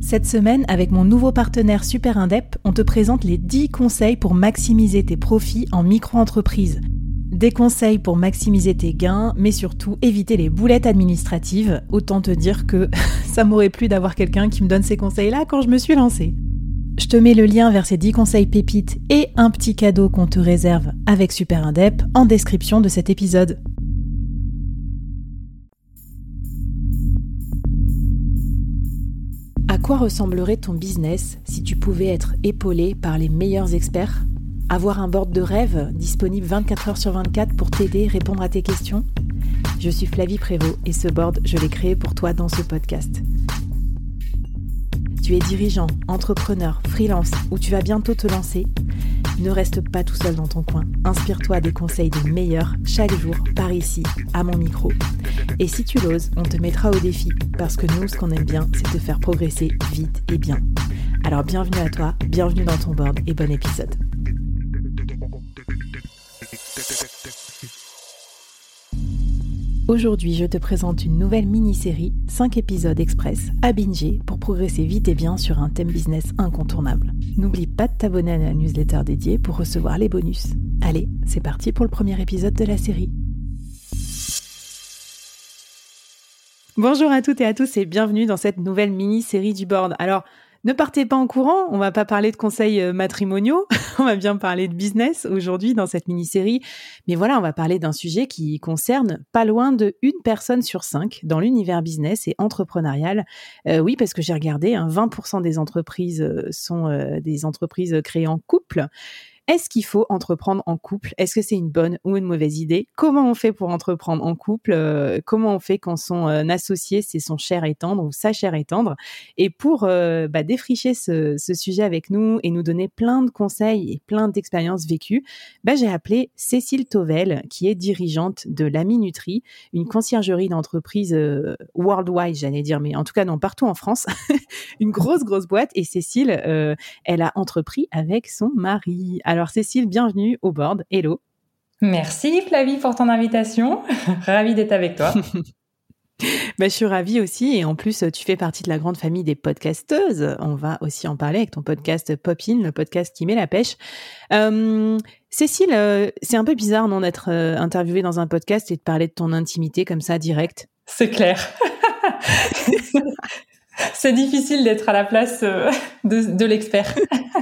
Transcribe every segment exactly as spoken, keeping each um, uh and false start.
Cette semaine, avec mon nouveau partenaire Super Indep, on te présente les dix conseils pour maximiser tes profits en micro-entreprise. Des conseils pour maximiser tes gains, mais surtout éviter les boulettes administratives. Autant te dire que ça m'aurait plu d'avoir quelqu'un qui me donne ces conseils-là quand je me suis lancée. Je te mets le lien vers ces dix conseils pépites et un petit cadeau qu'on te réserve avec Super Indep en description de cet épisode. À quoi ressemblerait ton business si tu pouvais être épaulé par les meilleurs experts ? Avoir un board de rêve disponible vingt-quatre heures sur vingt-quatre pour t'aider, répondre à tes questions ? Je suis Flavie Prévost et ce board, je l'ai créé pour toi dans ce podcast. Tu es dirigeant, entrepreneur, freelance ou tu vas bientôt te lancer ? Ne reste pas tout seul dans ton coin. Inspire-toi des conseils des meilleurs chaque jour par ici, à mon micro. Et si tu l'oses, on te mettra au défi parce que nous, ce qu'on aime bien, c'est te faire progresser vite et bien. Alors bienvenue à toi, bienvenue dans ton board et bon épisode. Aujourd'hui, je te présente une nouvelle mini-série, cinq épisodes express à binger pour progresser vite et bien sur un thème business incontournable. N'oublie pas de t'abonner à la newsletter dédiée pour recevoir les bonus. Allez, c'est parti pour le premier épisode de la série. Bonjour à toutes et à tous et bienvenue dans cette nouvelle mini-série du board. Alors, ne partez pas en courant, on va pas parler de conseils matrimoniaux, on va bien parler de business aujourd'hui dans cette mini-série. Mais voilà, on va parler d'un sujet qui concerne pas loin de une personne sur cinq dans l'univers business et entrepreneurial. Euh, oui, parce que j'ai regardé, hein, vingt pour cent des entreprises sont euh, des entreprises créées en couple. Est-ce qu'il faut entreprendre en couple ? Est-ce que c'est une bonne ou une mauvaise idée ? Comment on fait pour entreprendre en couple ? euh, Comment on fait quand son euh, associé, c'est son cher et tendre ou sa chère et tendre ? Et pour euh, bah, défricher ce, ce sujet avec nous et nous donner plein de conseils et plein d'expériences vécues, bah, j'ai appelé Cécile Tauvel, qui est dirigeante de La Minuterie, une conciergerie d'entreprise euh, worldwide, j'allais dire, mais en tout cas non, partout en France, une grosse, grosse boîte. Et Cécile, euh, elle a entrepris avec son mari. Alors Cécile, bienvenue au board. Hello. Merci Flavie pour ton invitation. Ravie d'être avec toi. Bah, je suis ravie aussi. Et en plus, tu fais partie de la grande famille des podcasteuses. On va aussi en parler avec ton podcast Pop-In, le podcast qui met la pêche. Euh, Cécile, euh, c'est un peu bizarre non d'être euh, interviewée dans un podcast et de parler de ton intimité comme ça, direct. C'est clair. C'est difficile d'être à la place euh, de, de l'expert.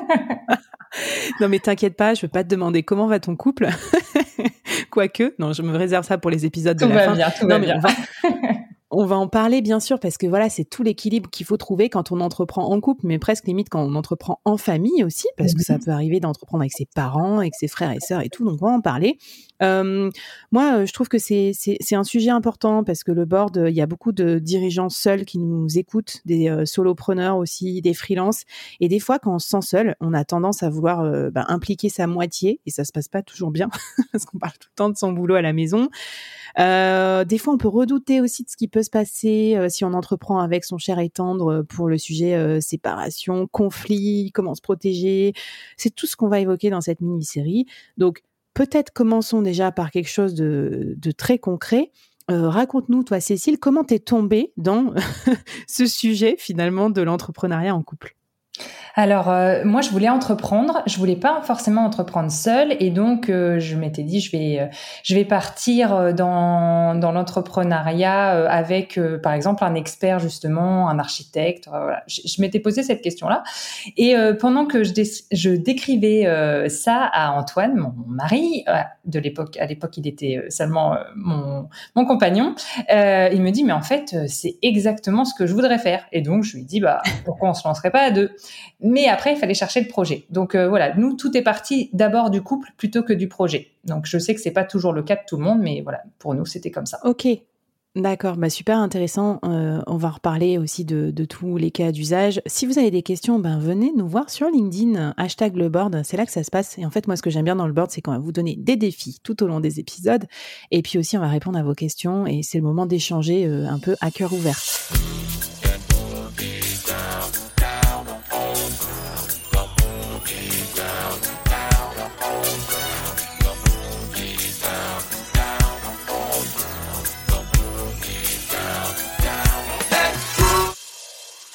Non mais t'inquiète pas, je veux pas te demander comment va ton couple. Quoique, non, je me réserve ça pour les épisodes de tout la va fin. Bien, tout non, va mais bien. On va, on va en parler bien sûr parce que voilà, c'est tout l'équilibre qu'il faut trouver quand on entreprend en couple, mais presque limite quand on entreprend en famille aussi, parce mm-hmm. que ça peut arriver d'entreprendre avec ses parents, avec ses frères et sœurs et tout. Donc on va en parler. Euh, moi, je trouve que c'est, c'est, c'est un sujet important parce que le board, il y a beaucoup de dirigeants seuls qui nous écoutent, des euh, solopreneurs aussi, des freelances. Et des fois, quand on se sent seul, on a tendance à vouloir euh, bah, impliquer sa moitié et ça se passe pas toujours bien parce qu'on parle tout le temps de son boulot à la maison. Euh, des fois, on peut redouter aussi de ce qui peut se passer euh, si on entreprend avec son cher et tendre pour le sujet euh, séparation, conflit, comment se protéger. C'est tout ce qu'on va évoquer dans cette mini-série. Donc, peut-être commençons déjà par quelque chose de, de très concret. Euh, raconte-nous, toi, Cécile, comment t'es tombée dans ce sujet, finalement, de l'entrepreneuriat en couple ? Alors, euh, moi, je voulais entreprendre. Je voulais pas forcément entreprendre seule. Et donc, euh, je m'étais dit, je vais, euh, je vais partir dans, dans l'entrepreneuriat euh, avec, euh, par exemple, un expert, justement, un architecte. Euh, voilà. Je, je m'étais posé cette question-là. Et euh, pendant que je, dé- je décrivais euh, ça à Antoine, mon mari, euh, de l'époque, à l'époque, il était seulement euh, mon, mon compagnon, euh, il me dit, mais en fait, c'est exactement ce que je voudrais faire. Et donc, je lui dis, bah, pourquoi on se lancerait pas à deux ? Mais après, il fallait chercher le projet. Donc euh, voilà, nous, tout est parti d'abord du couple plutôt que du projet. Donc je sais que c'est pas toujours le cas de tout le monde, mais voilà, pour nous, c'était comme ça. Ok, d'accord, bah super intéressant. Euh, on va reparler aussi de, de tous les cas d'usage. Si vous avez des questions, ben venez nous voir sur LinkedIn, hashtag le board, c'est là que ça se passe. Et en fait, moi, ce que j'aime bien dans le board, c'est qu'on va vous donner des défis tout au long des épisodes. Et puis aussi, on va répondre à vos questions. Et c'est le moment d'échanger euh, un peu à cœur ouvert.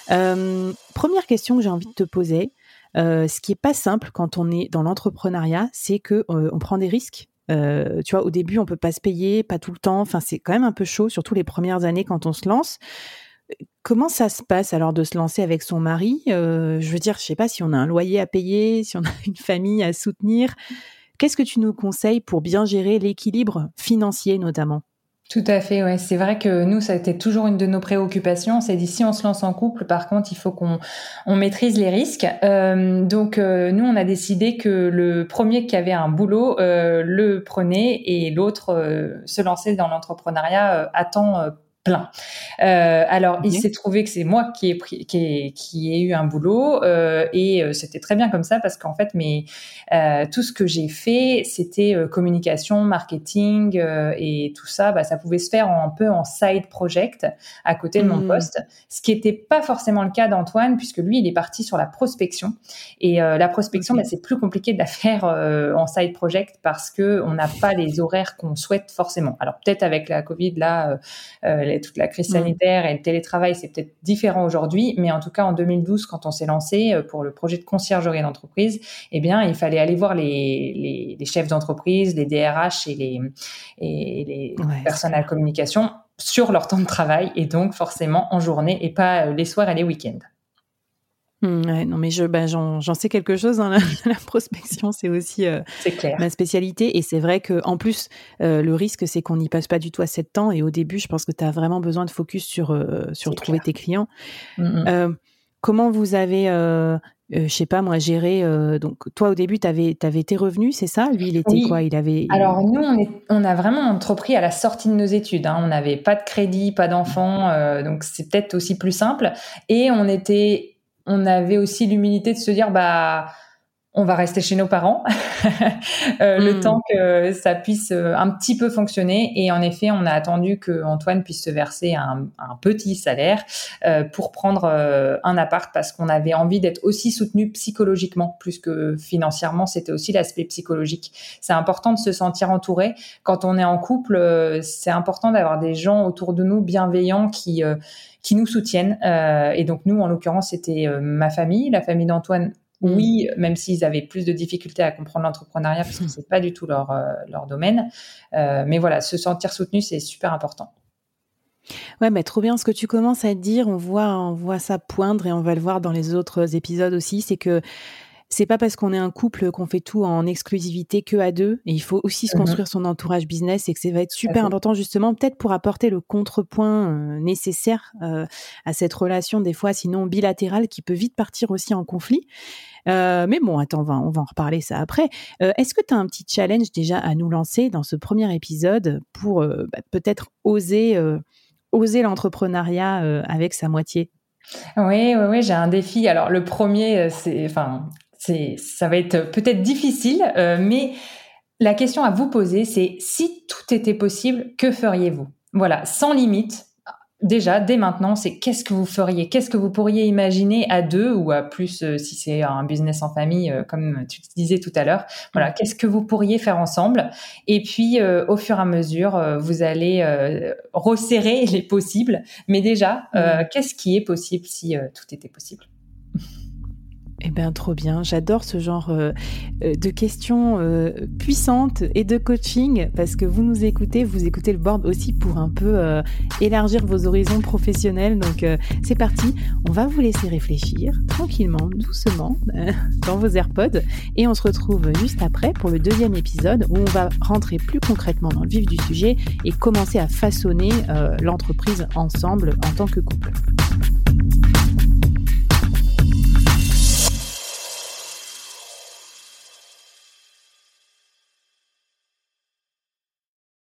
Euh, première question que j'ai envie de te poser, euh, ce qui est pas simple quand on est dans l'entrepreneuriat, c'est que euh, on prend des risques. Euh, tu vois, au début, on peut pas se payer, pas tout le temps. Enfin, c'est quand même un peu chaud, surtout les premières années quand on se lance. Comment ça se passe alors de se lancer avec son mari? euh, Je veux dire, je sais pas si on a un loyer à payer, si on a une famille à soutenir. Qu'est-ce que tu nous conseilles pour bien gérer l'équilibre financier notamment? Tout à fait, ouais. C'est vrai que nous, ça a été toujours une de nos préoccupations. On s'est dit, si on se lance en couple, par contre, il faut qu'on on maîtrise les risques. Euh, donc, euh, nous, on a décidé que le premier qui avait un boulot euh, le prenait et l'autre euh, se lançait dans l'entrepreneuriat euh, à temps euh, plein. Euh, alors, Ok. il s'est trouvé que c'est moi qui ai pris, qui ai, qui ai eu un boulot euh, et euh, c'était très bien comme ça parce qu'en fait, mes, euh, tout ce que j'ai fait, c'était euh, communication, marketing euh, et tout ça. Bah, ça pouvait se faire en, un peu en side project à côté de mon Mmh. poste, ce qui n'était pas forcément le cas d'Antoine puisque lui, il est parti sur la prospection et euh, la prospection, Ok. bah, c'est plus compliqué de la faire euh, en side project parce que on n'a pas les horaires qu'on souhaite forcément. Alors peut-être avec la Covid là. Euh, euh, toute la crise sanitaire et le télétravail, c'est peut-être différent aujourd'hui, mais en tout cas en deux mille douze, quand on s'est lancé pour le projet de conciergerie d'entreprise, eh bien, il fallait aller voir les, les, les chefs d'entreprise, les D R H et les, et les Ouais, personnes à la communication sur leur temps de travail et donc forcément en journée et pas les soirs et les week-ends. Mmh, ouais, non mais je, bah, j'en, j'en sais quelque chose. Hein, la, la prospection, c'est aussi euh, c'est clair. ma spécialité. Et c'est vrai qu'en plus, euh, le risque, c'est qu'on n'y passe pas du tout assez de temps. Et au début, je pense que tu as vraiment besoin de focus sur, euh, sur C'est trouver clair. tes clients. Mm-hmm. Euh, comment vous avez, euh, euh, je sais pas moi, géré euh, donc toi, au début, tu avais tes revenus, c'est ça? Lui, il était Oui. quoi? Il avait... Alors nous, on, est, on a vraiment entrepris à la sortie de nos études. Hein. On n'avait pas de crédit, pas d'enfants, euh, donc c'est peut-être aussi plus simple. Et on était... On avait aussi l'humilité de se dire, bah, on va rester chez nos parents euh, mmh. le temps que ça puisse un petit peu fonctionner. Et en effet, on a attendu que Antoine puisse se verser un, un petit salaire euh, pour prendre euh, un appart parce qu'on avait envie d'être aussi soutenu psychologiquement plus que financièrement. C'était aussi l'aspect psychologique. C'est important de se sentir entouré. Quand on est en couple, euh, c'est important d'avoir des gens autour de nous bienveillants qui... Euh, qui nous soutiennent. Euh, et donc, nous, en l'occurrence, c'était euh, ma famille, la famille d'Antoine. Oui, mmh. même s'ils avaient plus de difficultés à comprendre l'entrepreneuriat, parce que c'est pas du tout leur, euh, leur domaine. Euh, mais voilà, se sentir soutenu, c'est super important. Ouais, bah, trop bien ce que tu commences à dire. On voit, on voit ça poindre et on va le voir dans les autres épisodes aussi. C'est que c'est pas parce qu'on est un couple qu'on fait tout en exclusivité que à deux. Et il faut aussi se construire son entourage business et que ça va être super important justement, peut-être pour apporter le contrepoint euh, nécessaire euh, à cette relation des fois, sinon bilatérale, qui peut vite partir aussi en conflit. Euh, mais bon, attends, on va, on va en reparler ça après. Euh, est-ce que tu as un petit challenge déjà à nous lancer dans ce premier épisode pour euh, bah, peut-être oser, euh, oser l'entrepreneuriat euh, avec sa moitié? Oui, oui, oui, j'ai un défi. Alors le premier, c'est, enfin, c'est, ça va être peut-être difficile, euh, mais la question à vous poser, c'est si tout était possible, que feriez-vous? Voilà, sans limite. Déjà, dès maintenant, c'est qu'est-ce que vous feriez? Qu'est-ce que vous pourriez imaginer à deux ou à plus euh, si c'est un business en famille, euh, comme tu disais tout à l'heure. Voilà, mmh. Qu'est-ce que vous pourriez faire ensemble? Et puis, euh, au fur et à mesure, euh, vous allez euh, resserrer les possibles. Mais déjà, euh, mmh. qu'est-ce qui est possible si euh, tout était possible? Eh bien, trop bien. J'adore ce genre euh, de questions euh, puissantes et de coaching parce que vous nous écoutez, vous écoutez le board aussi pour un peu euh, élargir vos horizons professionnels. Donc, euh, c'est parti. On va vous laisser réfléchir tranquillement, doucement, euh, dans vos AirPods. Et on se retrouve juste après pour le deuxième épisode où on va rentrer plus concrètement dans le vif du sujet et commencer à façonner euh, l'entreprise ensemble en tant que couple.